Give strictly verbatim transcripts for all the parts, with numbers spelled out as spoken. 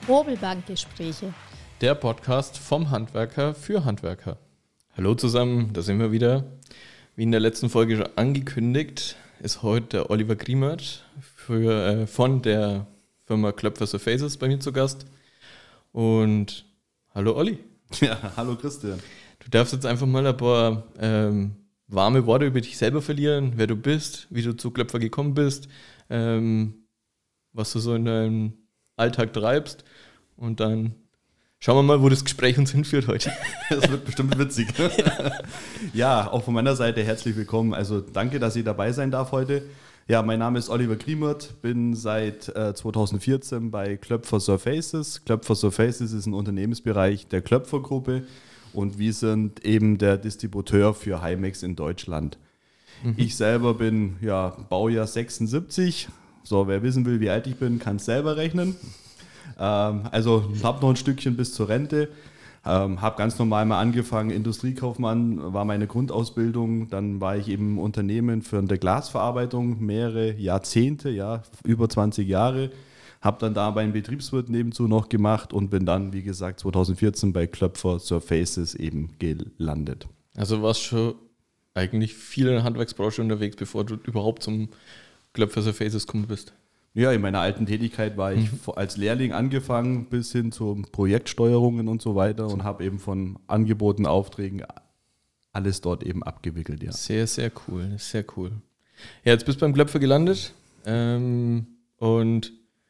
Hobelbankgespräche. Der Podcast vom Handwerker für Handwerker. Hallo zusammen, da sind wir wieder. Wie in der letzten Folge schon angekündigt, ist heute der Oliver Griemert für, äh, von der Firma Klöpfer Surfaces bei mir zu Gast. Und hallo Olli. Ja, hallo Christian. Du darfst jetzt einfach mal ein paar ähm, warme Worte über dich selber verlieren, wer du bist, wie du zu Klöpfer gekommen bist, ähm, was du so in deinem Alltag treibst und dann schauen wir mal, wo das Gespräch uns hinführt heute. Das wird bestimmt witzig. Ja. Ja, auch von meiner Seite herzlich willkommen. Also danke, dass ich dabei sein darf heute. Ja, mein Name ist Oliver Griemert, bin seit äh, zweitausendvierzehn bei Klöpfer Surfaces. Klöpfer Surfaces ist ein Unternehmensbereich der Klöpfer Gruppe und wir sind eben der Distributeur für Heimex in Deutschland. Mhm. Ich selber bin ja Baujahr sechsundsiebzig. So, wer wissen will, wie alt ich bin, kann es selber rechnen. Ähm, also habe noch ein Stückchen bis zur Rente. Ähm, habe ganz normal mal angefangen, Industriekaufmann war meine Grundausbildung. Dann war ich eben im Unternehmen für eine Glasverarbeitung mehrere Jahrzehnte, ja, über zwanzig Jahre. Habe dann dabei einen Betriebswirt nebenzu noch gemacht und bin dann, wie gesagt, zweitausendvierzehn bei Klöpfer Surfaces eben gelandet. Also warst schon eigentlich viel in der Handwerksbranche unterwegs, bevor du überhaupt zum Klöpfer Surfaces gekommen bist. Ja, in meiner alten Tätigkeit war ich mhm. als Lehrling angefangen bis hin zu Projektsteuerungen und so weiter und habe eben von Angeboten, Aufträgen alles dort eben abgewickelt. Ja. Sehr, sehr cool, sehr cool. Ja, jetzt bist du beim Klöpfer gelandet ähm, und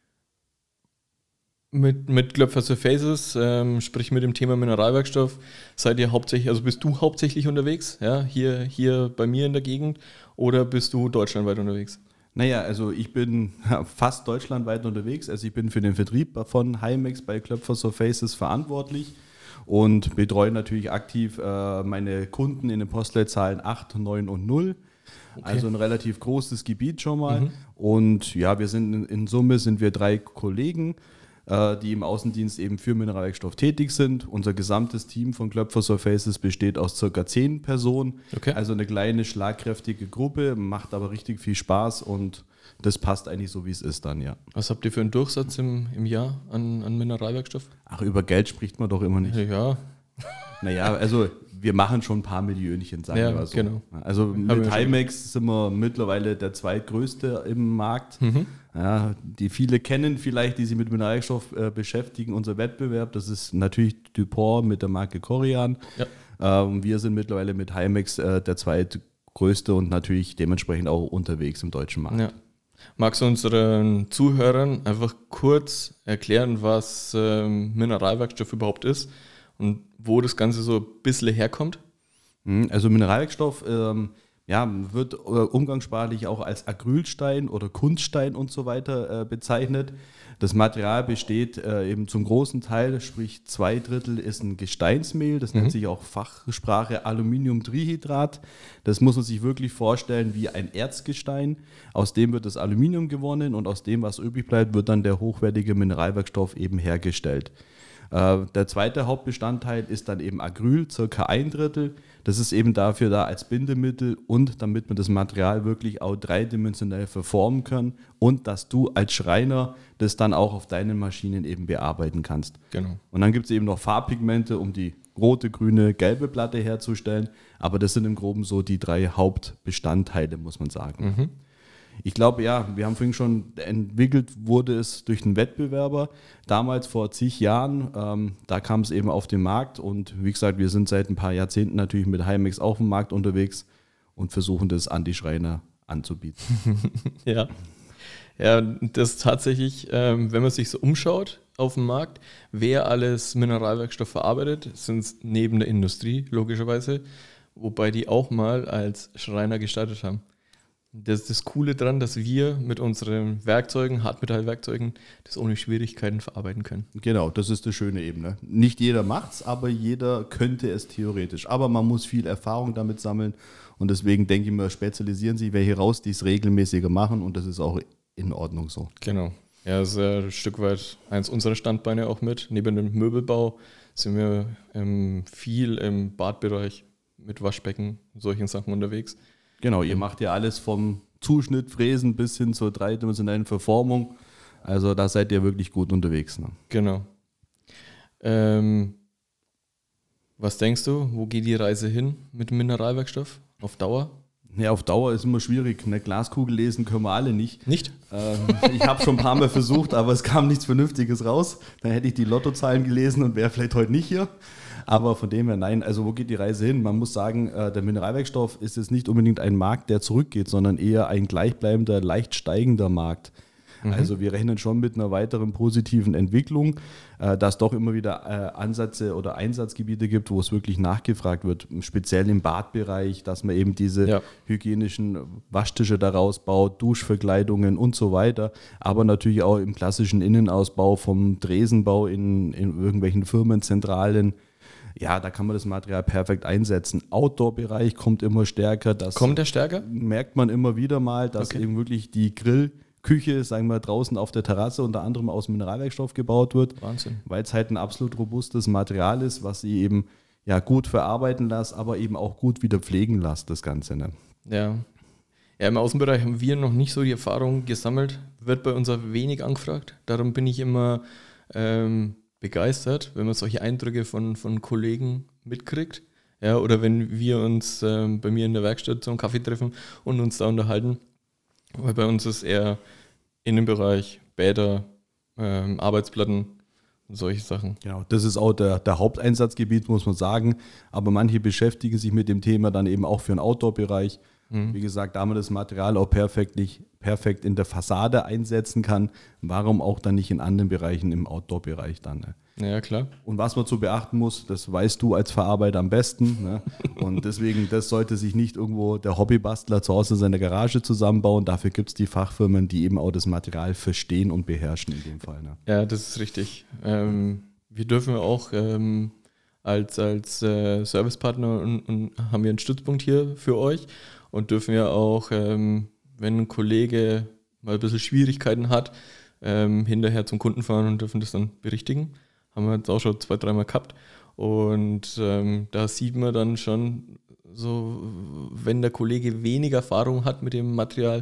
mit, mit Klöpfer Surfaces, ähm, sprich mit dem Thema Mineralwerkstoff, seid ihr hauptsächlich, also bist du hauptsächlich unterwegs, ja, hier, hier bei mir in der Gegend oder bist du deutschlandweit unterwegs? Naja, also ich bin fast deutschlandweit unterwegs. Also ich bin für den Vertrieb von Heimex bei Klöpfer Surfaces verantwortlich und betreue natürlich aktiv äh, meine Kunden in den Postleitzahlen acht, neun und null. Okay. Also ein relativ großes Gebiet schon mal. Mhm. Und ja, wir sind in, in Summe sind wir drei Kollegen, äh, die im Außendienst eben für Mineralwerkstoff tätig sind. Unser gesamtes Team von Klöpfer Surfaces besteht aus circa zehn Personen. Okay. Also eine kleine, schlagkräftige Gruppe, macht aber richtig viel Spaß und das passt eigentlich so, wie es ist dann, ja. Was habt ihr für einen Durchsatz im, im Jahr an, an Mineralwerkstoff? Ach, über Geld spricht man doch immer nicht. Ja. Naja, also wir machen schon ein paar Millionchen, sagen ja, wir so. Genau. Also mit Heimex sind wir mittlerweile der zweitgrößte im Markt. Mhm. Ja, die viele kennen vielleicht, die sich mit Mineralstoff äh, beschäftigen, unser Wettbewerb, das ist natürlich DuPont mit der Marke Corian. Ja. Ähm, wir sind mittlerweile mit Heimex äh, der zweitgrößte und natürlich dementsprechend auch unterwegs im deutschen Markt. Ja. Magst du unseren Zuhörern einfach kurz erklären, was ähm, Mineralwerkstoff überhaupt ist und wo das Ganze so ein bisschen herkommt? Also Mineralwerkstoff ähm, ja, wird äh, umgangssprachlich auch als Acrylstein oder Kunststein und so weiter äh, bezeichnet. Das Material besteht äh, eben zum großen Teil, sprich zwei Drittel ist ein Gesteinsmehl, das mhm. nennt sich auch Fachsprache Aluminiumtrihydrat. Das muss man sich wirklich vorstellen wie ein Erzgestein. Aus dem wird das Aluminium gewonnen und aus dem, was übrig bleibt, wird dann der hochwertige Mineralwerkstoff eben hergestellt. Der zweite Hauptbestandteil ist dann eben Acryl, circa ein Drittel. Das ist eben dafür da als Bindemittel und damit man das Material wirklich auch dreidimensionell verformen kann und dass du als Schreiner das dann auch auf deinen Maschinen eben bearbeiten kannst. Genau. Und dann gibt es eben noch Farbpigmente, um die rote, grüne, gelbe Platte herzustellen. Aber das sind im Groben so die drei Hauptbestandteile, muss man sagen. Mhm. Ich glaube, ja, wir haben vorhin schon entwickelt, wurde es durch einen Wettbewerber, damals vor zig Jahren, ähm, da kam es eben auf den Markt und wie gesagt, wir sind seit ein paar Jahrzehnten natürlich mit Heimex auf dem Markt unterwegs und versuchen das an die Schreiner anzubieten. Ja, ja, das ist tatsächlich, ähm, wenn man sich so umschaut auf dem Markt, wer alles Mineralwerkstoff verarbeitet, sind es neben der Industrie logischerweise, wobei die auch mal als Schreiner gestartet haben. Das ist das Coole daran, dass wir mit unseren Werkzeugen, Hartmetallwerkzeugen, das ohne Schwierigkeiten verarbeiten können. Genau, das ist das Schöne eben. Ne? Nicht jeder macht's, aber jeder könnte es theoretisch. Aber man muss viel Erfahrung damit sammeln und deswegen denke ich mir, spezialisieren sich welche raus, die es regelmäßiger machen und das ist auch in Ordnung so. Genau. Ja, das ist ja ein Stück weit eins unserer Standbeine auch mit. Neben dem Möbelbau sind wir ähm, viel im Badbereich mit Waschbecken und solchen Sachen unterwegs. Genau, ihr macht ja alles vom Zuschnitt, Fräsen bis hin zur dreidimensionalen Verformung. Also da seid ihr wirklich gut unterwegs. Ne? Genau. Ähm, was denkst du, wo geht die Reise hin mit dem Mineralwerkstoff auf Dauer? Ja, auf Dauer ist immer schwierig. Eine Glaskugel lesen können wir alle nicht. Nicht? Ähm, ich habe schon ein paar Mal versucht, aber es kam nichts Vernünftiges raus. Dann hätte ich die Lottozahlen gelesen und wäre vielleicht heute nicht hier. Aber von dem her, nein, also wo geht die Reise hin? Man muss sagen, der Mineralwerkstoff ist jetzt nicht unbedingt ein Markt, der zurückgeht, sondern eher ein gleichbleibender, leicht steigender Markt. Mhm. Also wir rechnen schon mit einer weiteren positiven Entwicklung, dass es doch immer wieder Ansätze oder Einsatzgebiete gibt, wo es wirklich nachgefragt wird, speziell im Badbereich, dass man eben diese ja. hygienischen Waschtische daraus baut, Duschverkleidungen und so weiter, aber natürlich auch im klassischen Innenausbau vom Dresenbau in, in irgendwelchen Firmenzentralen. Ja, da kann man das Material perfekt einsetzen. Outdoor-Bereich kommt immer stärker. Das kommt der stärker? Merkt man immer wieder mal, dass okay. eben wirklich die Grillküche, sagen wir, draußen auf der Terrasse unter anderem aus Mineralwerkstoff gebaut wird. Wahnsinn. Weil es halt ein absolut robustes Material ist, was sie eben ja, gut verarbeiten lässt, aber eben auch gut wieder pflegen lässt, das Ganze. Ne? Ja. Ja, im Außenbereich haben wir noch nicht so die Erfahrung gesammelt. Wird bei uns auch wenig angefragt. Darum bin ich immer... Ähm, begeistert, wenn man solche Eindrücke von, von Kollegen mitkriegt. Ja, oder wenn wir uns ähm, bei mir in der Werkstatt zum Kaffee treffen und uns da unterhalten. Weil bei uns ist eher in dem Bereich Bäder, ähm, Arbeitsplatten und solche Sachen. Genau, das ist auch der, der Haupteinsatzgebiet, muss man sagen. Aber manche beschäftigen sich mit dem Thema dann eben auch für den Outdoor-Bereich. Mhm. Wie gesagt, da man das Material auch perfekt, nicht, perfekt in der Fassade einsetzen kann, warum auch dann nicht in anderen Bereichen im Outdoor-Bereich dann? Ne? Ja, klar. Und was man zu beachten muss, das weißt du als Verarbeiter am besten. Ne? Und deswegen, das sollte sich nicht irgendwo der Hobbybastler zu Hause in seiner Garage zusammenbauen. Dafür gibt es die Fachfirmen, die eben auch das Material verstehen und beherrschen in dem Fall. Ne? Ja, das ist richtig. Ähm, wir dürfen auch ähm, als, als äh, Servicepartner und, und haben wir einen Stützpunkt hier für euch. Und dürfen ja auch, ähm, wenn ein Kollege mal ein bisschen Schwierigkeiten hat, ähm, hinterher zum Kunden fahren und dürfen das dann berichtigen. Haben wir jetzt auch schon zwei, dreimal gehabt. Und ähm, da sieht man dann schon, so, wenn der Kollege wenig Erfahrung hat mit dem Material,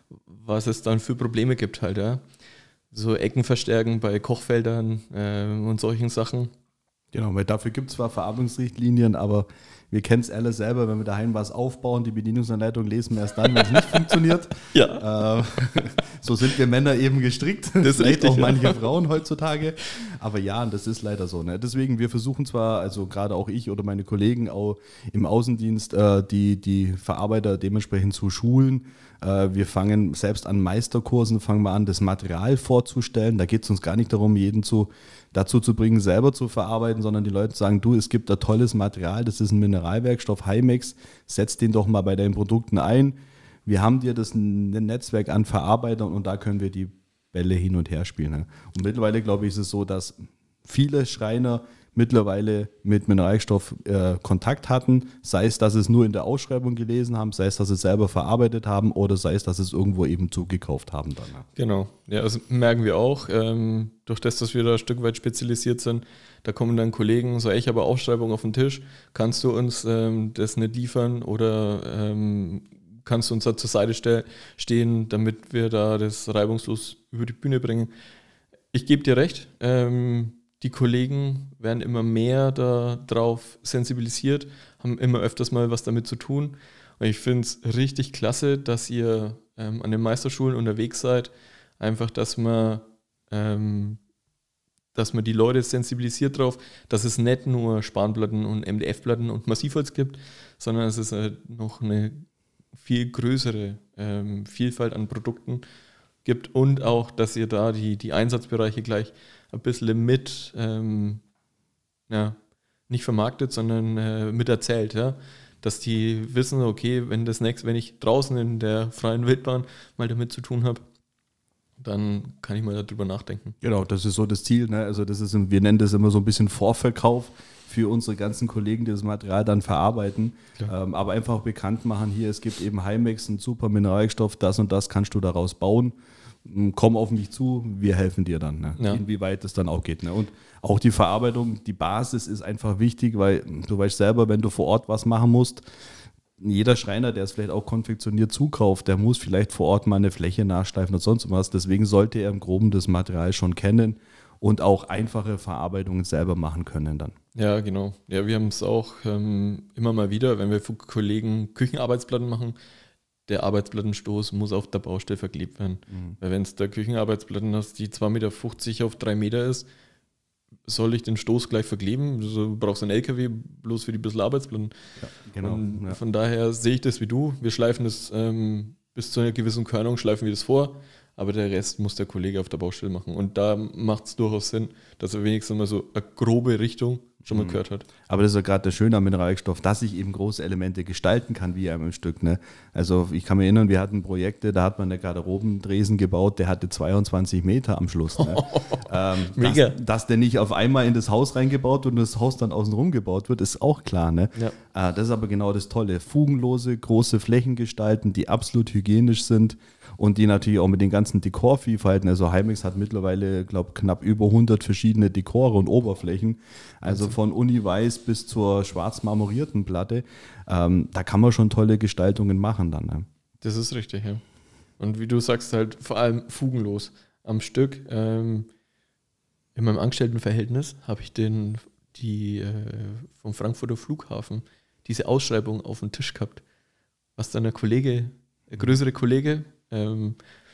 was es dann für Probleme gibt halt. Ja. So Ecken verstärken bei Kochfeldern ähm, und solchen Sachen. Genau, weil dafür gibt es zwar Verarbeitungsrichtlinien, aber wir kennen es alle selber, wenn wir daheim was aufbauen, die Bedienungsanleitung lesen wir erst dann, wenn es nicht funktioniert. Ja. Äh, so sind wir Männer eben gestrickt. Das ist Vielleicht richtig, auch manche ja. Frauen heutzutage. Aber ja, das ist leider so. Ne? Deswegen, wir versuchen zwar, also gerade auch ich oder meine Kollegen auch im Außendienst, äh, die, die Verarbeiter dementsprechend zu schulen. Äh, wir fangen selbst an Meisterkursen, fangen wir an, das Material vorzustellen. Da geht es uns gar nicht darum, jeden zu dazu zu bringen, selber zu verarbeiten, sondern die Leute sagen, du, es gibt ein tolles Material, das ist ein Mineralwerkstoff, Hymex, setz den doch mal bei deinen Produkten ein. Wir haben dir das ein Netzwerk an Verarbeitern und da können wir die Bälle hin und her spielen. Und mittlerweile, glaube ich, ist es so, dass viele Schreiner mittlerweile mit Mineralstoff äh, Kontakt hatten, sei es, dass sie es nur in der Ausschreibung gelesen haben, sei es, dass sie es selber verarbeitet haben oder sei es, dass sie es irgendwo eben zugekauft haben. Dann. Genau, ja, das merken wir auch. Ähm, durch das, dass wir da ein Stück weit spezialisiert sind, da kommen dann Kollegen, so ich habe Ausschreibung auf den Tisch, kannst du uns ähm, das nicht liefern oder ähm, kannst du uns da zur Seite ste- stehen, damit wir da das reibungslos über die Bühne bringen. Ich gebe dir recht, ähm, die Kollegen werden immer mehr darauf sensibilisiert, haben immer öfters mal was damit zu tun. Und ich finde es richtig klasse, dass ihr ähm, an den Meisterschulen unterwegs seid. Einfach, dass man, ähm, dass man die Leute sensibilisiert darauf, dass es nicht nur Spanplatten und M D F-Platten und Massivholz gibt, sondern es ist halt noch eine viel größere ähm, Vielfalt an Produkten gibt und auch, dass ihr da die, die Einsatzbereiche gleich ein bisschen mit, ähm, ja, nicht vermarktet, sondern äh, mit erzählt, ja, dass die wissen, okay, wenn das nächste, wenn ich draußen in der freien Wildbahn mal damit zu tun habe, dann kann ich mal darüber nachdenken. Genau, das ist so das Ziel, ne? Also das ist, wir nennen das immer so ein bisschen Vorverkauf für unsere ganzen Kollegen, die das Material dann verarbeiten, ähm, aber einfach bekannt machen, hier, es gibt eben Hymex, einen super Mineralstoff, das und das kannst du daraus bauen. Komm auf mich zu, wir helfen dir dann, ne? Ja. Inwieweit das dann auch geht. Ne? Und auch die Verarbeitung, die Basis ist einfach wichtig, weil du weißt selber, wenn du vor Ort was machen musst, jeder Schreiner, der es vielleicht auch konfektioniert zukauft, der muss vielleicht vor Ort mal eine Fläche nachschleifen und sonst was. Deswegen sollte er im Groben das Material schon kennen und auch einfache Verarbeitungen selber machen können dann. Ja, genau. Ja, wir haben es auch ähm, immer mal wieder, wenn wir für Kollegen Küchenarbeitsplatten machen, der Arbeitsplattenstoß muss auf der Baustelle verklebt werden. Mhm. Weil wenn es da Küchenarbeitsplatten hast, die zwei Meter fünfzig auf drei Meter ist, soll ich den Stoß gleich verkleben? Du brauchst einen L K W bloß für die bisschen Arbeitsplatten. Ja, genau. Und ja. Von daher sehe ich das wie du. Wir schleifen das ähm, bis zu einer gewissen Körnung, schleifen wir das vor, aber der Rest muss der Kollege auf der Baustelle machen. Und da macht es durchaus Sinn, dass er wenigstens mal so eine grobe Richtung schon mal gehört hat. Aber das ist ja gerade der Schöne am Mineralstoff, dass ich eben große Elemente gestalten kann, wie einem im Stück. Ne? Also ich kann mich erinnern, wir hatten Projekte, da hat man eine Garderobendresen gebaut, der hatte zweiundzwanzig Meter am Schluss. Ne? ähm, Mega. Dass, dass der nicht auf einmal in das Haus reingebaut wird und das Haus dann außenrum gebaut wird, ist auch klar. Ne? Ja. Äh, das ist aber genau das Tolle. Fugenlose, große Flächen gestalten, die absolut hygienisch sind und die natürlich auch mit den ganzen Dekorvielfalten, also Heimex hat mittlerweile, glaube ich, knapp über hundert verschiedene Dekore und Oberflächen, also von Uni-Weiß bis zur schwarz marmorierten Platte, ähm, da kann man schon tolle Gestaltungen machen dann. Ne? Das ist richtig, ja. Und wie du sagst, halt vor allem fugenlos am Stück. Ähm, in meinem Angestelltenverhältnis habe ich den, die äh, vom Frankfurter Flughafen diese Ausschreibung auf dem Tisch gehabt, was dann der Kollege, der größere Kollege, ähm,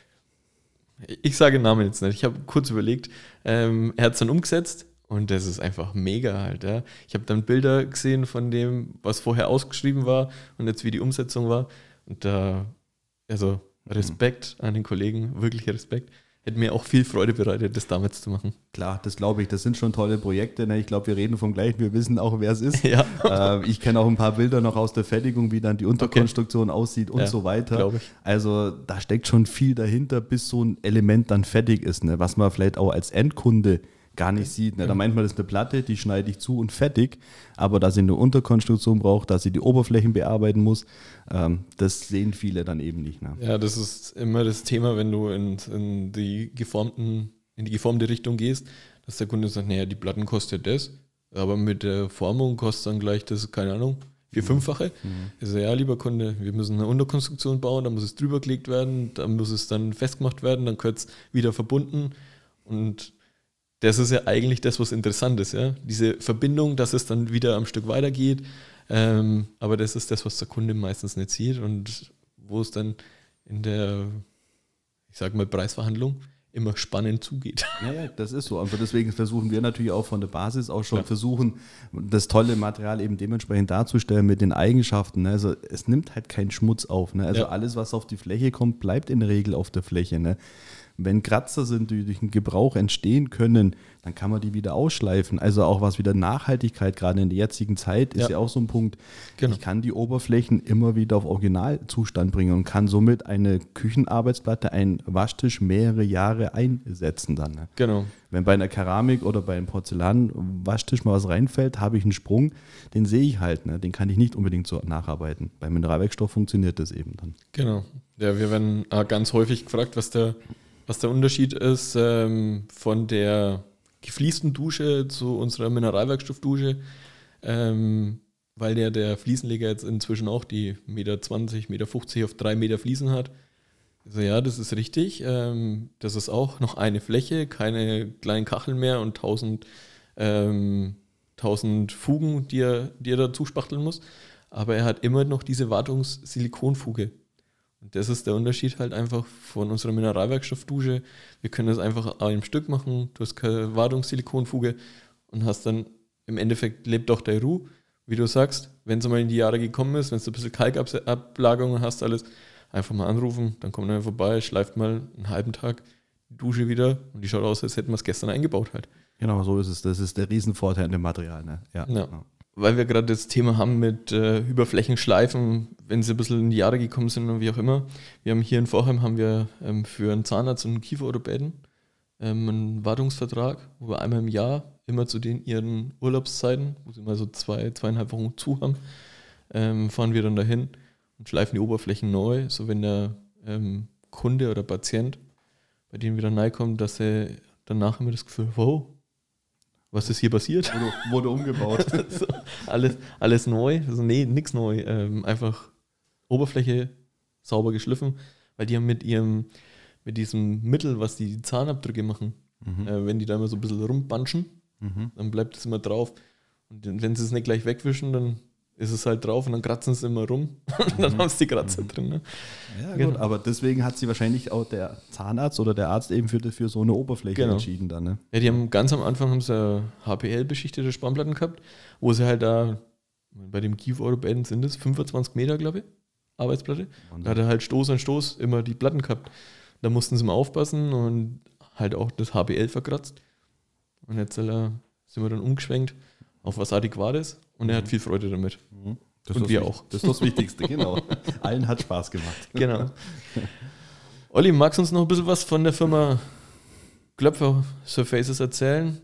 ich sage den Namen jetzt nicht, ich habe kurz überlegt, ähm, er hat es dann umgesetzt und das ist einfach mega halt. Ja. Ich habe dann Bilder gesehen von dem, was vorher ausgeschrieben war und jetzt wie die Umsetzung war und da, also Respekt an den Kollegen, wirklich Respekt. Hätte mir auch viel Freude bereitet, das damals zu machen. Klar, das glaube ich. Das sind schon tolle Projekte. Ne? Ich glaube, wir reden vom Gleichen. Wir wissen auch, wer es ist. Ja. Äh, ich kenne auch ein paar Bilder noch aus der Fertigung, wie dann die Unterkonstruktion okay. aussieht und ja, so weiter. Ich. Also da steckt schon viel dahinter, bis so ein Element dann fertig ist, ne? Was man vielleicht auch als Endkunde gar nicht sieht. Ne? Da meint man, das ist eine Platte, die schneide ich zu und fertig. Aber dass sie eine Unterkonstruktion braucht, dass sie die Oberflächen bearbeiten muss, ähm, das sehen viele dann eben nicht. Ne? Ja, das ist immer das Thema, wenn du in, in, die geformten, in die geformte Richtung gehst, dass der Kunde sagt, naja, die Platten kostet das, aber mit der Formung kostet dann gleich das, keine Ahnung, vier-, fünffache. Mhm. Also ja, lieber Kunde, wir müssen eine Unterkonstruktion bauen, dann muss es drüber gelegt werden, dann muss es dann festgemacht werden, dann gehört es wieder verbunden und das ist ja eigentlich das, was interessant ist, ja. Diese Verbindung, dass es dann wieder am Stück weitergeht. Ähm, aber das ist das, was der Kunde meistens nicht sieht und wo es dann in der, ich sag mal, Preisverhandlung immer spannend zugeht. Ja, ja, das ist so. Aber deswegen versuchen wir natürlich auch von der Basis auch schon ja. versuchen, das tolle Material eben dementsprechend darzustellen mit den Eigenschaften. Also es nimmt halt keinen Schmutz auf. Ne? Also ja. alles, was auf die Fläche kommt, bleibt in der Regel auf der Fläche. Ne? Wenn Kratzer sind, die durch den Gebrauch entstehen können, dann kann man die wieder ausschleifen. Also auch was wieder Nachhaltigkeit, gerade in der jetzigen Zeit, ist ja, ja auch so ein Punkt. Genau. Ich kann die Oberflächen immer wieder auf Originalzustand bringen und kann somit eine Küchenarbeitsplatte, einen Waschtisch mehrere Jahre einsetzen dann. Ne? Genau. Wenn bei einer Keramik oder bei einem Porzellan-Waschtisch mal was reinfällt, habe ich einen Sprung, den sehe ich halt. Ne? Den kann ich nicht unbedingt so nacharbeiten. Beim Mineralwerkstoff funktioniert das eben dann. Genau. Ja, wir werden ganz häufig gefragt, was der Was der Unterschied ist ähm, von der gefliesten Dusche zu unserer Mineralwerkstoffdusche, ähm, weil der, der Fliesenleger jetzt inzwischen auch die Meter zwanzig, Meter fünfzig auf drei Meter Fliesen hat. Also ja, das ist richtig. Ähm, das ist auch noch eine Fläche, keine kleinen Kacheln mehr und tausend, ähm, tausend Fugen, die er, die er dazu spachteln muss. Aber er hat immer noch diese Wartungs-Silikonfuge. Und das ist der Unterschied halt einfach von unserer Mineralwerkstoffdusche. Wir können das einfach an einem Stück machen. Du hast keine Wartungssilikonfuge und hast dann im Endeffekt lebt auch der Ruhe, wie du sagst. Wenn es mal in die Jahre gekommen ist, wenn du ein bisschen Kalkablagerungen hast, alles, einfach mal anrufen, dann kommt er vorbei, schleift mal einen halben Tag die Dusche wieder und die schaut aus, als hätten wir es gestern eingebaut halt. Genau, so ist es. Das ist der Riesenvorteil an dem Material. Ne? Ja. ja. Weil wir gerade das Thema haben mit äh, Überflächenschleifen, wenn sie ein bisschen in die Jahre gekommen sind und wie auch immer. Wir haben hier in Vorheim haben wir ähm, für einen Zahnarzt und einen Kieferorthopäden ähm, einen Wartungsvertrag, wo wir einmal im Jahr immer zu den ihren Urlaubszeiten, wo sie mal so zwei, zweieinhalb Wochen zu haben, ähm, fahren wir dann dahin und schleifen die Oberflächen neu, so wenn der ähm, Kunde oder Patient, bei dem wieder nahe kommt, dass er danach immer das Gefühl, wow, was ist hier passiert? Wurde, wurde umgebaut. so, alles, alles neu. Also nee, nichts neu. Ähm, einfach Oberfläche sauber geschliffen, weil die haben mit ihrem, mit diesem Mittel, was die Zahnabdrücke machen, mhm. äh, wenn die da immer so ein bisschen rumbanschen, mhm. dann bleibt es immer drauf. Und wenn sie es nicht gleich wegwischen, dann ist es halt drauf und dann kratzen sie immer rum und dann mhm. haben sie die Kratzer mhm. drin. Ne? Ja, genau. Gut, aber deswegen hat sie wahrscheinlich auch der Zahnarzt oder der Arzt eben für, für so eine Oberfläche genau. entschieden dann. Ne? Ja, die haben ganz am Anfang haben sie H P L-beschichtete Spanplatten gehabt, wo sie halt da, bei dem Kiefer-Orthopäden sind es fünfundzwanzig Meter, glaube ich, Arbeitsplatte. Da hat er halt Stoß an Stoß immer die Platten gehabt. Da mussten sie mal aufpassen und halt auch das H P L verkratzt. Und jetzt äh, sind wir dann umgeschwenkt auf was Adäquates und er hat viel Freude damit. Mhm. Das und wir Wicht- auch. Das ist das Wichtigste, genau. Allen hat Spaß gemacht. Genau. Olli, magst du uns noch ein bisschen was von der Firma Klöpfer Surfaces erzählen?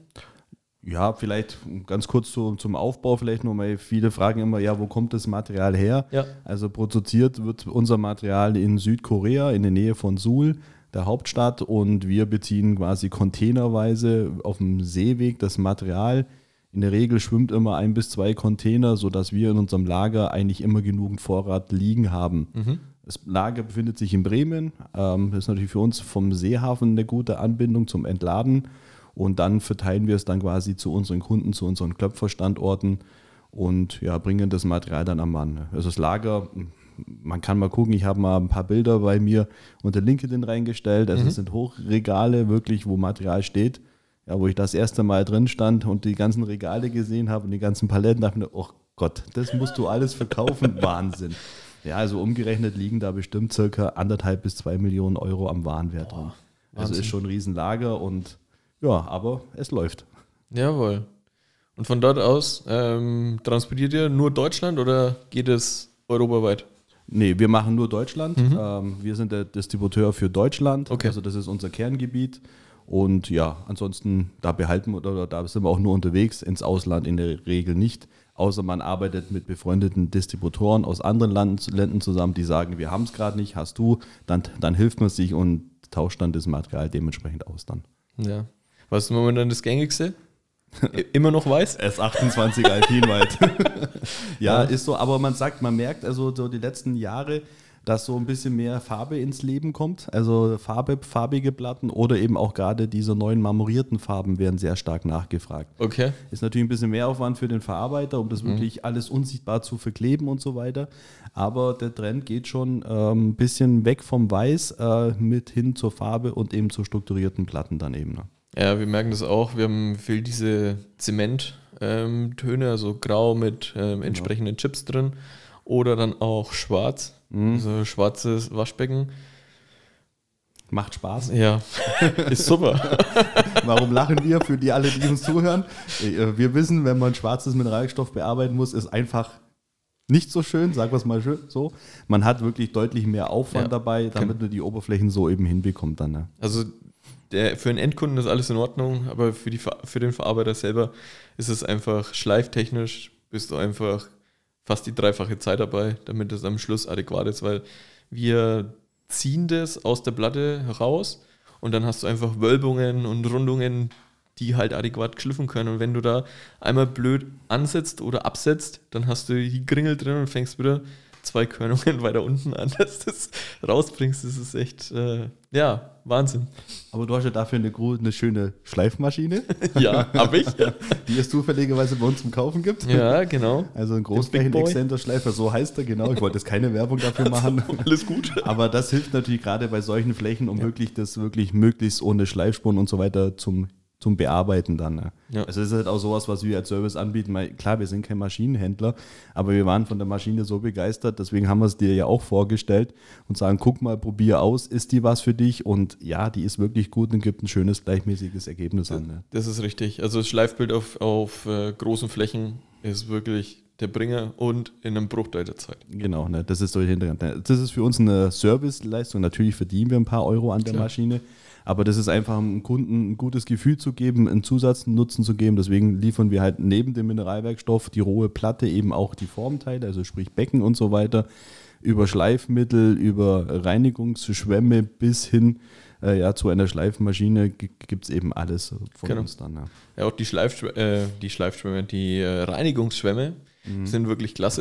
Ja, vielleicht ganz kurz zu, zum Aufbau, vielleicht nur mal, viele fragen immer, ja, wo kommt das Material her? Ja. Also produziert wird unser Material in Südkorea, in der Nähe von Seoul, der Hauptstadt, und wir beziehen quasi containerweise auf dem Seeweg das Material. In der Regel schwimmt immer ein bis zwei Container, sodass wir in unserem Lager eigentlich immer genügend Vorrat liegen haben. Mhm. Das Lager befindet sich in Bremen. Ähm, das ist natürlich für uns vom Seehafen eine gute Anbindung zum Entladen. Und dann verteilen wir es dann quasi zu unseren Kunden, zu unseren Klöpferstandorten und ja, bringen das Material dann am Mann. Also das Lager, man kann mal gucken, ich habe mal ein paar Bilder bei mir unter LinkedIn reingestellt. Also mhm. es sind Hochregale wirklich, wo Material steht. Ja, wo ich das erste Mal drin stand und die ganzen Regale gesehen habe und die ganzen Paletten, dachte ich mir, oh Gott, das musst du alles verkaufen, Wahnsinn. Ja, also umgerechnet liegen da bestimmt circa anderthalb bis zwei Millionen Euro am Warenwert drin. Also ist schon ein Riesenlager und ja, aber es läuft. Jawohl. Und von dort aus ähm, transportiert ihr nur Deutschland oder geht es europaweit? Nee, wir machen nur Deutschland. Mhm. Ähm, wir sind der Distributeur für Deutschland. Okay. Also das ist unser Kerngebiet. Und ja, ansonsten, da behalten wir oder da sind wir auch nur unterwegs, ins Ausland in der Regel nicht. Außer man arbeitet mit befreundeten Distributoren aus anderen Land, Ländern zusammen, die sagen, wir haben es gerade nicht, hast du, dann, dann hilft man sich und tauscht dann das Material dementsprechend aus dann. Ja. Was ist momentan das Gängigste? Immer noch weiß? S achtundzwanzig Alpinwald. Ja, ja, ist so, aber man sagt, man merkt also so die letzten Jahre, dass so ein bisschen mehr Farbe ins Leben kommt. Also Farbe, farbige Platten oder eben auch gerade diese neuen marmorierten Farben werden sehr stark nachgefragt. Okay. Ist natürlich ein bisschen mehr Aufwand für den Verarbeiter, um das mhm. wirklich alles unsichtbar zu verkleben und so weiter. Aber der Trend geht schon ähm, ein bisschen weg vom Weiß äh, mit hin zur Farbe und eben zu strukturierten Platten dann eben. Ne? Ja, wir merken das auch. Wir haben viel diese Zementtöne, also grau mit ähm, entsprechenden genau. Chips drin oder dann auch schwarz. Mhm. Also schwarzes Waschbecken. Macht Spaß. Ja, ist super. Warum lachen wir? Für die alle, die uns zuhören. Wir wissen, wenn man schwarzes Mineralstoff bearbeiten muss, ist einfach nicht so schön, sagen wir es mal so. Man hat wirklich deutlich mehr Aufwand ja, dabei, damit man die Oberflächen so eben hinbekommt dann. Ne? Also der, für den Endkunden ist alles in Ordnung, aber für, die, für den Verarbeiter selber ist es einfach schleiftechnisch, bist du einfach fast die dreifache Zeit dabei, damit es am Schluss adäquat ist, weil wir ziehen das aus der Platte heraus und dann hast du einfach Wölbungen und Rundungen, die halt adäquat geschliffen können. Und wenn du da einmal blöd ansetzt oder absetzt, dann hast du die Kringel drin und fängst wieder zwei Körnungen weiter unten an, dass du das rausbringst. Das ist echt, äh, ja, Wahnsinn. Aber du hast ja dafür eine, eine schöne Schleifmaschine. Ja, habe ich. Die es zufälligerweise bei uns zum Kaufen gibt. Ja, genau. Also ein Großflächen-Exzenterschleifer, so heißt er, genau. Ich wollte jetzt keine Werbung dafür machen. Also, alles gut. Aber das hilft natürlich gerade bei solchen Flächen, um ja. wirklich das wirklich möglichst ohne Schleifspuren und so weiter zum zum Bearbeiten dann. Ne? Ja. Also es ist halt auch sowas, was wir als Service anbieten. Weil, klar, wir sind kein Maschinenhändler, aber wir waren von der Maschine so begeistert, deswegen haben wir es dir ja auch vorgestellt und sagen, guck mal, probier aus, ist die was für dich? Und ja, die ist wirklich gut und gibt ein schönes, gleichmäßiges Ergebnis an. Ne? Das ist richtig. Also das Schleifbild auf, auf äh, großen Flächen ist wirklich der Bringer und in einem Bruchteil der Zeit. Genau, ne? Das ist so der Hintergrund. Das ist für uns eine Serviceleistung. Natürlich verdienen wir ein paar Euro an der Klar. Maschine, aber das ist einfach, dem Kunden ein gutes Gefühl zu geben, einen Zusatznutzen zu geben. Deswegen liefern wir halt neben dem Mineralwerkstoff die rohe Platte eben auch die Formteile, also sprich Becken und so weiter, über Schleifmittel, über Reinigungsschwämme bis hin äh, ja, zu einer Schleifmaschine gibt es eben alles von genau. uns dann. Ja, ja auch die, Schleifschw- äh, die Schleifschwämme, die äh, Reinigungsschwämme mhm. sind wirklich klasse.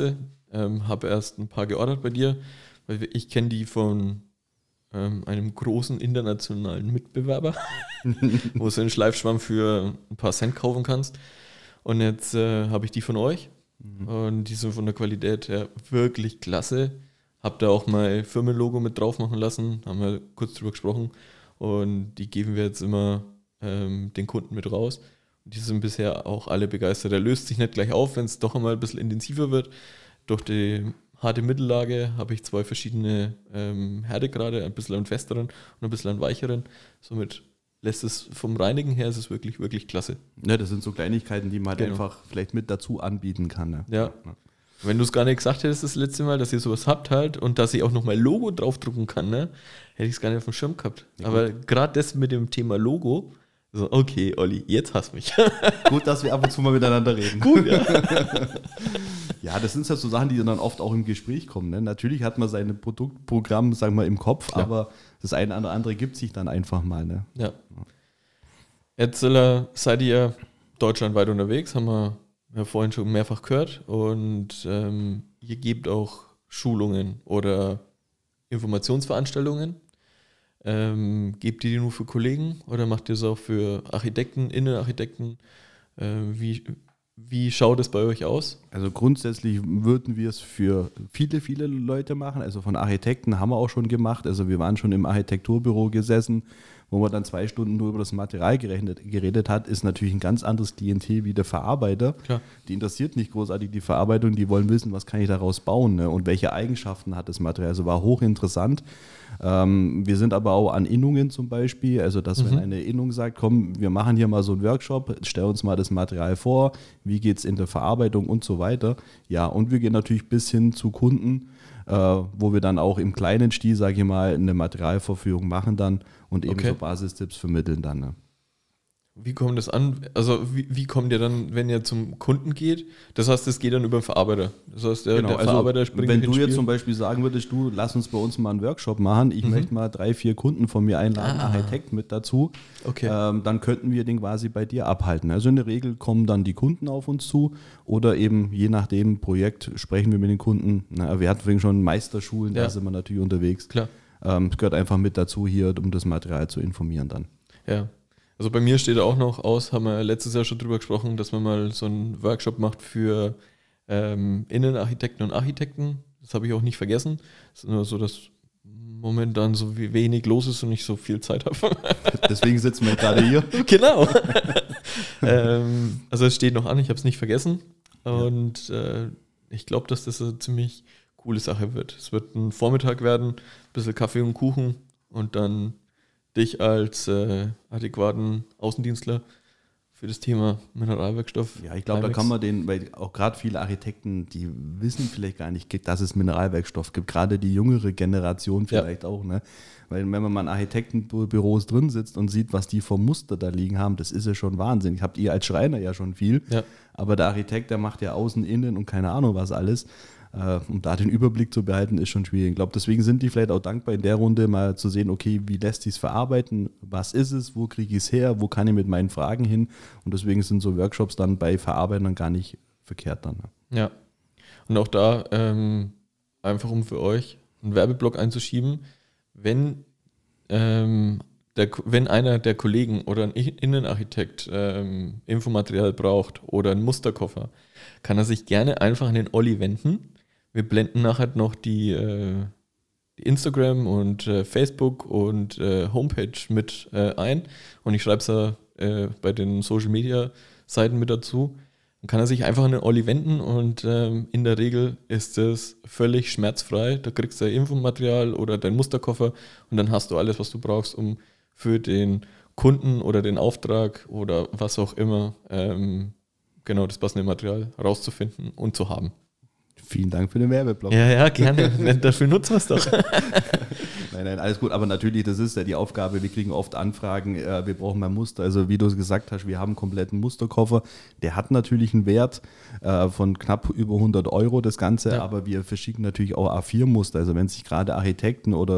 ähm, habe erst ein paar geordert bei dir, weil ich kenne die von ähm, einem großen internationalen Mitbewerber, wo du einen Schleifschwamm für ein paar Cent kaufen kannst. Und jetzt äh, habe ich die von euch mhm. und die sind von der Qualität her wirklich klasse. Hab da auch mal Firmenlogo mit drauf machen lassen, haben wir kurz drüber gesprochen und die geben wir jetzt immer ähm, den Kunden mit raus. Und die sind bisher auch alle begeistert. Er löst sich nicht gleich auf, wenn es doch einmal ein bisschen intensiver wird. Durch die harte Mittellage habe ich zwei verschiedene ähm, Härtegrade, ein bisschen einen festeren und ein bisschen einen weicheren. Somit lässt es vom Reinigen her, ist es wirklich, wirklich klasse. Ja, das sind so Kleinigkeiten, die man halt genau. einfach vielleicht mit dazu anbieten kann. Ne? Ja. ja. Wenn du es gar nicht gesagt hättest das letzte Mal, dass ihr sowas habt halt und dass ich auch nochmal Logo draufdrucken kann, ne, hätte ich es gar nicht auf dem Schirm gehabt. Ja, aber gerade das mit dem Thema Logo, so, okay, Olli, jetzt hast du mich. Gut, dass wir ab und zu mal miteinander reden. Gut, ja. Ja, das sind ja so Sachen, die dann oft auch im Gespräch kommen. Ne? Natürlich hat man sein Produktprogramm, sagen wir, im Kopf, Klar. aber das eine oder andere gibt sich dann einfach mal. Ne? Ja. Jetzt äh, seid ihr deutschlandweit unterwegs, haben wir ja vorhin schon mehrfach gehört und ähm, ihr gebt auch Schulungen oder Informationsveranstaltungen. Ähm, gebt ihr die nur für Kollegen oder macht ihr es auch für Architekten, Innenarchitekten? Äh, wie, wie schaut es bei euch aus? Also grundsätzlich würden wir es für viele, viele Leute machen. Also von Architekten haben wir auch schon gemacht. Also wir waren schon im Architekturbüro gesessen, wo man dann zwei Stunden nur über das Material gerechnet, geredet hat, ist natürlich ein ganz anderes Klientel wie der Verarbeiter. Klar. Die interessiert nicht großartig die Verarbeitung, die wollen wissen, was kann ich daraus bauen, ne? Und welche Eigenschaften hat das Material. Also war hochinteressant. Ähm, wir sind aber auch an Innungen zum Beispiel, also dass mhm. wenn eine Innung sagt, komm, wir machen hier mal so einen Workshop, stell uns mal das Material vor, wie geht es in der Verarbeitung und so weiter. Ja, und wir gehen natürlich bis hin zu Kunden, äh, wo wir dann auch im kleinen Stil, sage ich mal, eine Materialverführung machen dann und eben okay. so Basistipps vermitteln dann. Ne? Wie kommt das an? Also wie, wie kommt ihr dann, wenn ihr zum Kunden geht? Das heißt, es geht dann über den Verarbeiter. Das heißt, der, genau, der Verarbeiter also, springt wenn ins du jetzt Spiel. zum Beispiel sagen würdest, du, lass uns bei uns mal einen Workshop machen, ich mhm. möchte mal drei, vier Kunden von mir einladen, ah. Architekt mit dazu, okay. ähm, dann könnten wir den quasi bei dir abhalten. Also in der Regel kommen dann die Kunden auf uns zu oder eben je nach dem Projekt sprechen wir mit den Kunden. Na, wir hatten vorhin schon Meisterschulen, ja. da sind wir natürlich unterwegs. Klar. Ähm, das gehört einfach mit dazu hier, um das Material zu informieren dann. Ja. Also bei mir steht auch noch aus, haben wir letztes Jahr schon drüber gesprochen, dass man mal so einen Workshop macht für ähm, Innenarchitekten und Architekten. Das habe ich auch nicht vergessen. Es ist nur so, dass momentan so wenig los ist und ich so viel Zeit habe. Deswegen sitzen wir gerade hier. Genau. ähm, also es steht noch an, ich habe es nicht vergessen. Und äh, ich glaube, dass das eine ziemlich coole Sache wird. Es wird ein Vormittag werden, ein bisschen Kaffee und Kuchen und dann dich als äh, adäquaten Außendienstler für das Thema Mineralwerkstoff. Ja, ich glaube, da kann man den, weil auch gerade viele Architekten, die wissen vielleicht gar nicht, dass es Mineralwerkstoff gibt, gerade die jüngere Generation vielleicht ja. auch, ne? Weil wenn man mal in Architektenbüros drin sitzt und sieht, was die für Muster da liegen haben, das ist ja schon Wahnsinn. Habt ihr als Schreiner ja schon viel, ja. aber der Architekt, der macht ja außen, innen und keine Ahnung was alles. Uh, um da den Überblick zu behalten, ist schon schwierig. Ich glaube, deswegen sind die vielleicht auch dankbar in der Runde mal zu sehen, okay, wie lässt sich es verarbeiten, was ist es, wo kriege ich es her, wo kann ich mit meinen Fragen hin und deswegen sind so Workshops dann bei Verarbeitern gar nicht verkehrt dann. Ne? Ja, und auch da ähm, einfach um für euch einen Werbeblock einzuschieben, wenn, ähm, der, wenn einer der Kollegen oder ein Innenarchitekt ähm, Infomaterial braucht oder einen Musterkoffer, kann er sich gerne einfach an den Olli wenden. Wir blenden nachher noch die, äh, die Instagram und äh, Facebook und äh, Homepage mit äh, ein und ich schreibe es äh, bei den Social Media Seiten mit dazu. Dann kann er sich einfach an den Olli wenden und ähm, in der Regel ist es völlig schmerzfrei. Da kriegst du Infomaterial oder deinen Musterkoffer und dann hast du alles, was du brauchst, um für den Kunden oder den Auftrag oder was auch immer ähm, genau das passende Material rauszufinden und zu haben. Vielen Dank für den Werbeblock. Ja, ja, gerne. Dafür nutzen wir es doch. Nein, nein, alles gut. Aber natürlich, das ist ja die Aufgabe. Wir kriegen oft Anfragen, äh, wir brauchen mal Muster. Also wie du es gesagt hast, wir haben einen kompletten Musterkoffer. Der hat natürlich einen Wert äh, von knapp über hundert Euro, das Ganze. Ja. Aber wir verschicken natürlich auch A vier Muster. Also wenn sich gerade Architekten oder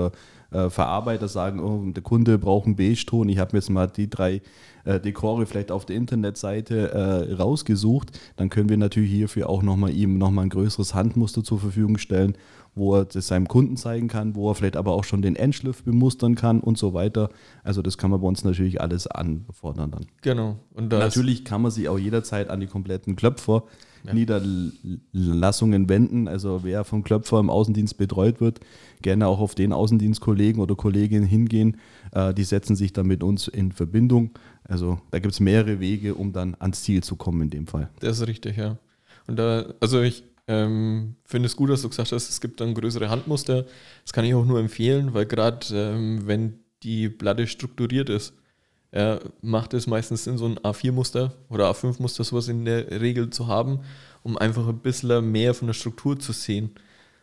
äh, Verarbeiter sagen, oh, der Kunde braucht einen Beige-Ton, ich habe mir jetzt mal die drei äh, Dekore vielleicht auf der Internetseite äh, rausgesucht, dann können wir natürlich hierfür auch nochmal ihm nochmal ein größeres Handmuster zur Verfügung stellen, wo er das seinem Kunden zeigen kann, wo er vielleicht aber auch schon den Endschliff bemustern kann und so weiter. Also das kann man bei uns natürlich alles anfordern dann. Genau. Und da natürlich kann man sich auch jederzeit an die kompletten Klöpfer ja. Niederlassungen wenden. Also wer vom Klöpfer im Außendienst betreut wird, gerne auch auf den Außendienstkollegen oder Kolleginnen hingehen. Äh, die setzen sich dann mit uns in Verbindung. Also da gibt es mehrere Wege, um dann ans Ziel zu kommen in dem Fall. Das ist richtig, ja. Und da, also ich ähm, finde es gut, dass du gesagt hast, es gibt dann größere Handmuster. Das kann ich auch nur empfehlen, weil gerade ähm, wenn die Platte strukturiert ist, ja, macht es meistens in so ein A vier Muster oder A fünf Muster sowas in der Regel zu haben, um einfach ein bisschen mehr von der Struktur zu sehen.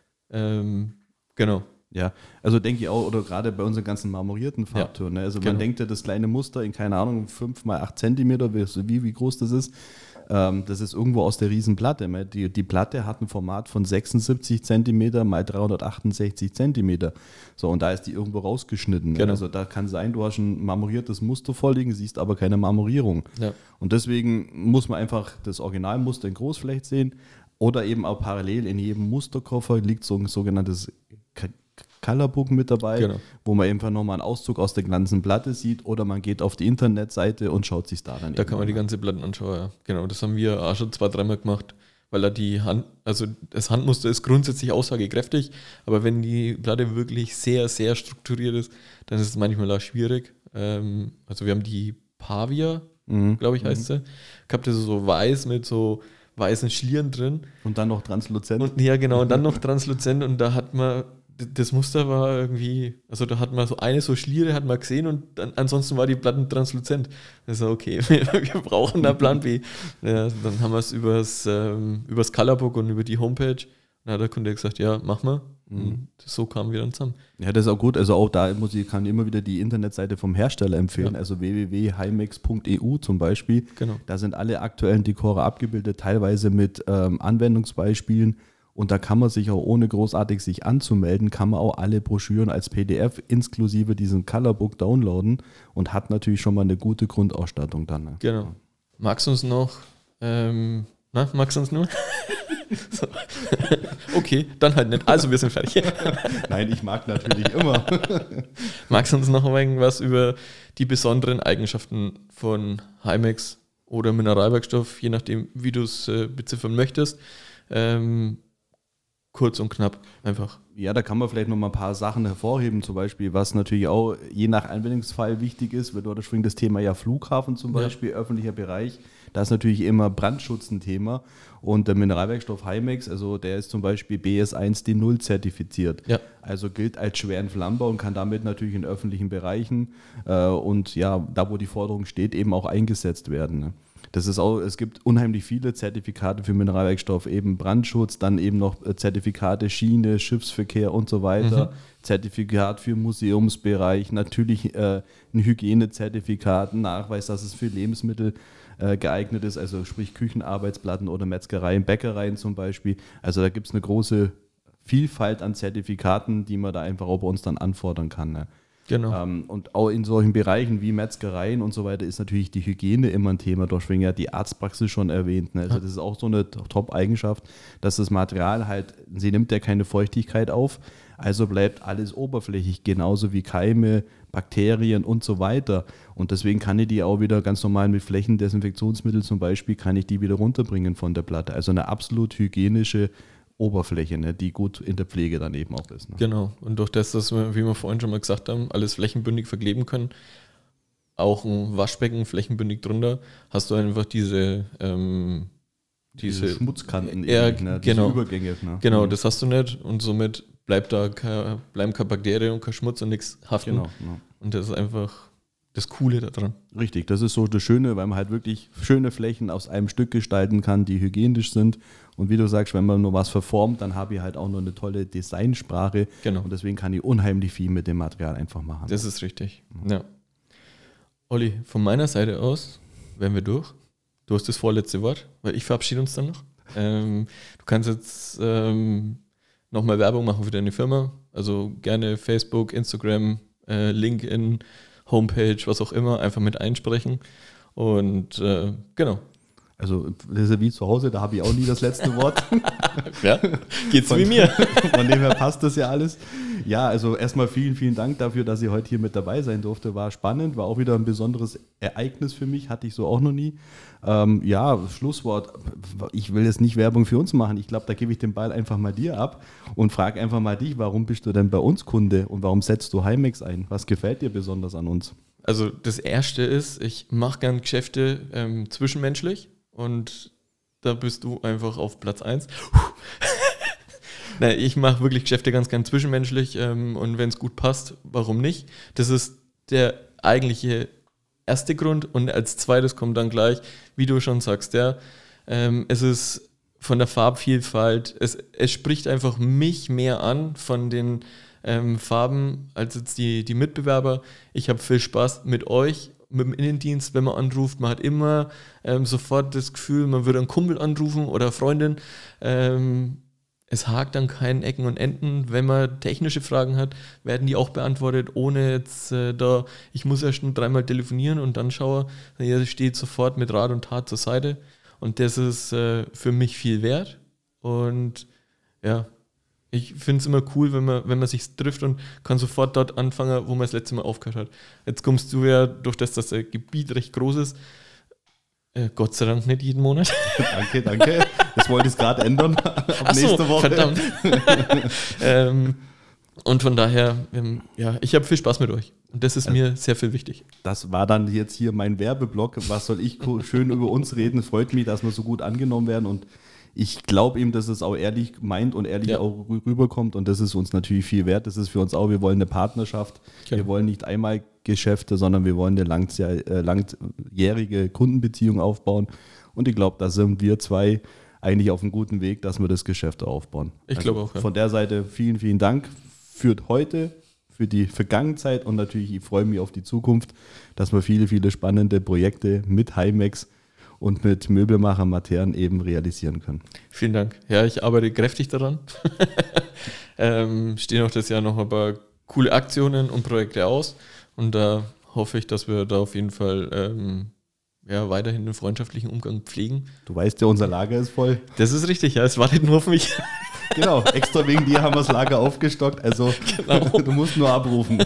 Ähm, genau. Ja, also denke ich auch, oder gerade bei unseren ganzen marmorierten Farbtönen. Ja, also man genau. denkt ja, das kleine Muster in, keine Ahnung, fünf mal acht Zentimeter, wie, wie groß das ist, ähm, das ist irgendwo aus der Riesenplatte. Die, die Platte hat ein Format von sechsundsiebzig Zentimeter mal dreihundertachtundsechzig Zentimeter. So, und da ist die irgendwo rausgeschnitten. Genau. Also da kann sein, du hast ein marmoriertes Muster vorliegen, siehst aber keine Marmorierung. Ja. Und deswegen muss man einfach das Originalmuster in Großfläche sehen oder eben auch parallel in jedem Musterkoffer liegt so ein sogenanntes Colorbook mit dabei, genau. wo man einfach nochmal einen Auszug aus der ganzen Platte sieht oder man geht auf die Internetseite und schaut sich da dann Da kann man die ganze Platte anschauen, ja. Genau, das haben wir auch schon zwei, dreimal gemacht, weil da die Hand, also das Handmuster ist grundsätzlich aussagekräftig, aber wenn die Platte wirklich sehr, sehr strukturiert ist, dann ist es manchmal auch schwierig. Ähm, also wir haben die Pavia, mhm. glaube ich heißt mhm. sie, gehabt, das so weiß mit so weißen Schlieren drin. Und dann noch transluzent. Und, ja, genau, und dann noch transluzent und da hat man das Muster war irgendwie, also da hat man so eine so Schliere hat man gesehen und dann, ansonsten war die Platten transluzent. Also okay, wir, wir brauchen da Plan B. Ja, dann haben wir es übers, ähm, übers Colorbook und über die Homepage. Dann hat der Kunde gesagt, ja, mach mal. Mhm. So kamen wir dann zusammen. Ja, das ist auch gut. Also auch da muss ich, kann ich immer wieder die Internetseite vom Hersteller empfehlen, ja. also w w w punkt heimex punkt e u zum Beispiel. Genau. Da sind alle aktuellen Dekore abgebildet, teilweise mit ähm, Anwendungsbeispielen. Und da kann man sich auch ohne großartig sich anzumelden, kann man auch alle Broschüren als P D F inklusive diesem Colorbook downloaden und hat natürlich schon mal eine gute Grundausstattung dann. Ne? Genau. Magst du uns noch, ähm, na, magst du uns nur? So. Okay, dann halt nicht. Also wir sind fertig. Nein, ich mag natürlich immer. Magst du uns noch irgendwas über die besonderen Eigenschaften von Heimex oder Mineralwerkstoff, je nachdem, wie du es äh, beziffern möchtest, ähm, kurz und knapp, einfach. Ja, da kann man vielleicht noch mal ein paar Sachen hervorheben, zum Beispiel, was natürlich auch je nach Anwendungsfall wichtig ist, weil dort schwingt das Thema ja Flughafen zum Beispiel, ja. öffentlicher Bereich, da ist natürlich immer Brandschutz ein Thema und der Mineralwerkstoff Heimex, also der ist zum Beispiel B S eins D null zertifiziert, ja. also gilt als schwer entflammbar und kann damit natürlich in öffentlichen Bereichen äh, und ja, da wo die Forderung steht, eben auch eingesetzt werden, ne? Das ist auch, es gibt unheimlich viele Zertifikate für Mineralwerkstoff, eben Brandschutz, dann eben noch Zertifikate Schiene, Schiffsverkehr und so weiter, mhm. Zertifikat für Museumsbereich, natürlich äh, ein Hygienezertifikat, ein Nachweis, dass es für Lebensmittel äh, geeignet ist, also sprich Küchenarbeitsplatten oder Metzgereien, Bäckereien zum Beispiel. Also da gibt es eine große Vielfalt an Zertifikaten, die man da einfach auch bei uns dann anfordern kann, ne? Genau. Ähm, und auch in solchen Bereichen wie Metzgereien und so weiter ist natürlich die Hygiene immer ein Thema. Da schwingt ja die Arztpraxis schon erwähnt. Ne? Also das ist auch so eine Top-Eigenschaft, dass das Material halt, sie nimmt ja keine Feuchtigkeit auf, also bleibt alles oberflächig, genauso wie Keime, Bakterien und so weiter. Und deswegen kann ich die auch wieder ganz normal mit Flächendesinfektionsmittel zum Beispiel, kann ich die wieder runterbringen von der Platte. Also eine absolut hygienische Oberfläche, ne, die gut in der Pflege dann eben auch ist. Ne? Genau. Und durch das, dass wir, wie wir vorhin schon mal gesagt haben, alles flächenbündig verkleben können, auch ein Waschbecken flächenbündig drunter, hast du einfach diese, ähm, diese, diese Schmutzkanten, äh, eben, ne, genau, diese Übergänge. Ne? Genau, das hast du nicht und somit bleibt da kein, bleiben keine Bakterien und kein Schmutz und nichts haften. Genau, ja. Und das ist einfach das Coole daran. Richtig, das ist so das Schöne, weil man halt wirklich schöne Flächen aus einem Stück gestalten kann, die hygienisch sind. Und wie du sagst, wenn man nur was verformt, dann habe ich halt auch noch eine tolle Designsprache. Genau. Und deswegen kann ich unheimlich viel mit dem Material einfach machen. Das ist richtig. Ja. Olli, von meiner Seite aus wären wir durch. Du hast das vorletzte Wort, weil ich verabschiede uns dann noch. Ähm, du kannst jetzt ähm, nochmal Werbung machen für deine Firma. Also gerne Facebook, Instagram, äh, LinkedIn, Homepage, was auch immer, einfach mit einsprechen. Und äh, genau. Also das ist ja wie zu Hause, da habe ich auch nie das letzte Wort. Ja, geht's wie mir. Von dem her passt das ja alles. Ja, also erstmal vielen, vielen Dank dafür, dass ich heute hier mit dabei sein durfte. War spannend, war auch wieder ein besonderes Ereignis für mich, hatte ich so auch noch nie. Ähm, ja, Schlusswort. Ich will jetzt nicht Werbung für uns machen. Ich glaube, da gebe ich den Ball einfach mal dir ab und frage einfach mal dich, warum bist du denn bei uns Kunde und warum setzt du Heimex ein? Was gefällt dir besonders an uns? Also das Erste ist, ich mache gern Geschäfte ähm, zwischenmenschlich. Und da bist du einfach auf Platz eins. Nein, ich mache wirklich Geschäfte ganz gern zwischenmenschlich ähm, und wenn es gut passt, warum nicht? Das ist der eigentliche erste Grund und als zweites kommt dann gleich, wie du schon sagst, ja, ähm, es ist von der Farbvielfalt, es, es spricht einfach mich mehr an von den ähm, Farben als jetzt die, die Mitbewerber. Ich habe viel Spaß mit euch, mit dem Innendienst, wenn man anruft. Man hat immer ähm, sofort das Gefühl, man würde einen Kumpel anrufen oder eine Freundin. Ähm, es hakt an keinen Ecken und Enden. Wenn man technische Fragen hat, werden die auch beantwortet, ohne jetzt äh, da, ich muss erst nur dreimal telefonieren und dann schaue, er steht sofort mit Rat und Tat zur Seite. Und das ist äh, für mich viel wert. Und ja, ich finde es immer cool, wenn man, wenn man sich trifft und kann sofort dort anfangen, wo man das letzte Mal aufgehört hat. Jetzt kommst du ja, durch das, dass das Gebiet recht groß ist, äh, Gott sei Dank nicht jeden Monat. Danke, danke. Das wollte ich gerade ändern. Ab Ach so, nächste Woche. Verdammt. ähm, und von daher, ähm, ja, ich habe viel Spaß mit euch. Und das ist also, mir sehr viel wichtig. Das war dann jetzt hier mein Werbeblock. Was soll ich schön über uns reden? Es freut mich, dass wir so gut angenommen werden und ich glaube ihm, dass es auch ehrlich meint und ehrlich ja. auch rüberkommt und das ist uns natürlich viel wert. Das ist für uns auch, wir wollen eine Partnerschaft. Genau. Wir wollen nicht einmal Geschäfte, sondern wir wollen eine langjährige Kundenbeziehung aufbauen und ich glaube, da sind wir zwei eigentlich auf einem guten Weg, dass wir das Geschäft aufbauen. Ich also glaube auch. Ja. Von der Seite vielen, vielen Dank für heute, für die Vergangenheit und natürlich, ich freue mich auf die Zukunft, dass wir viele, viele spannende Projekte mit Heimex und mit Möbelmacher Matern eben realisieren können. Vielen Dank. Ja, ich arbeite kräftig daran. ähm, stehen auch das Jahr noch ein paar coole Aktionen und Projekte aus und da hoffe ich, dass wir da auf jeden Fall ähm, ja, weiterhin den freundschaftlichen Umgang pflegen. Du weißt ja, unser Lager ist voll. Das ist richtig, ja, es wartet nur auf mich. Genau, extra wegen dir haben wir das Lager aufgestockt, also genau. Du musst nur abrufen.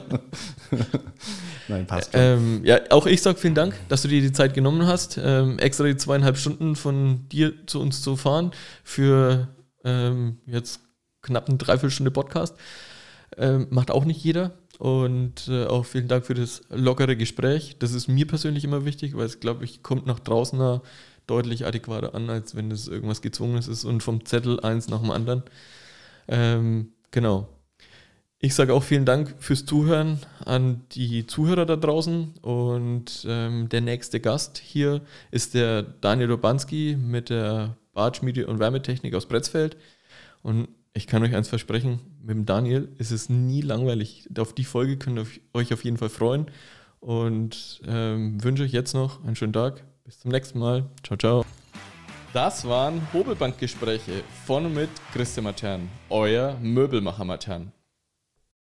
Nein, passt schon. Ähm, ja, auch ich sage vielen Dank, dass du dir die Zeit genommen hast, ähm, extra die zweieinhalb Stunden von dir zu uns zu fahren für ähm, jetzt knapp eine Dreiviertelstunde Podcast. Ähm, macht auch nicht jeder und äh, auch vielen Dank für das lockere Gespräch. Das ist mir persönlich immer wichtig, weil es, glaube ich, kommt nach draußen nah deutlich adäquater an, als wenn es irgendwas Gezwungenes ist und vom Zettel eins nach dem anderen. Ähm, genau. Ich sage auch vielen Dank fürs Zuhören an die Zuhörer da draußen und ähm, der nächste Gast hier ist der Daniel Urbanski mit der Bartschmiede und Wärmetechnik aus Pretzfeld und ich kann euch eins versprechen, mit dem Daniel ist es nie langweilig. Auf die Folge könnt ihr euch auf jeden Fall freuen und ähm, wünsche euch jetzt noch einen schönen Tag. Bis zum nächsten Mal. Ciao, ciao. Das waren Hobelbankgespräche von und mit Christian Matern, euer Möbelmacher Matern.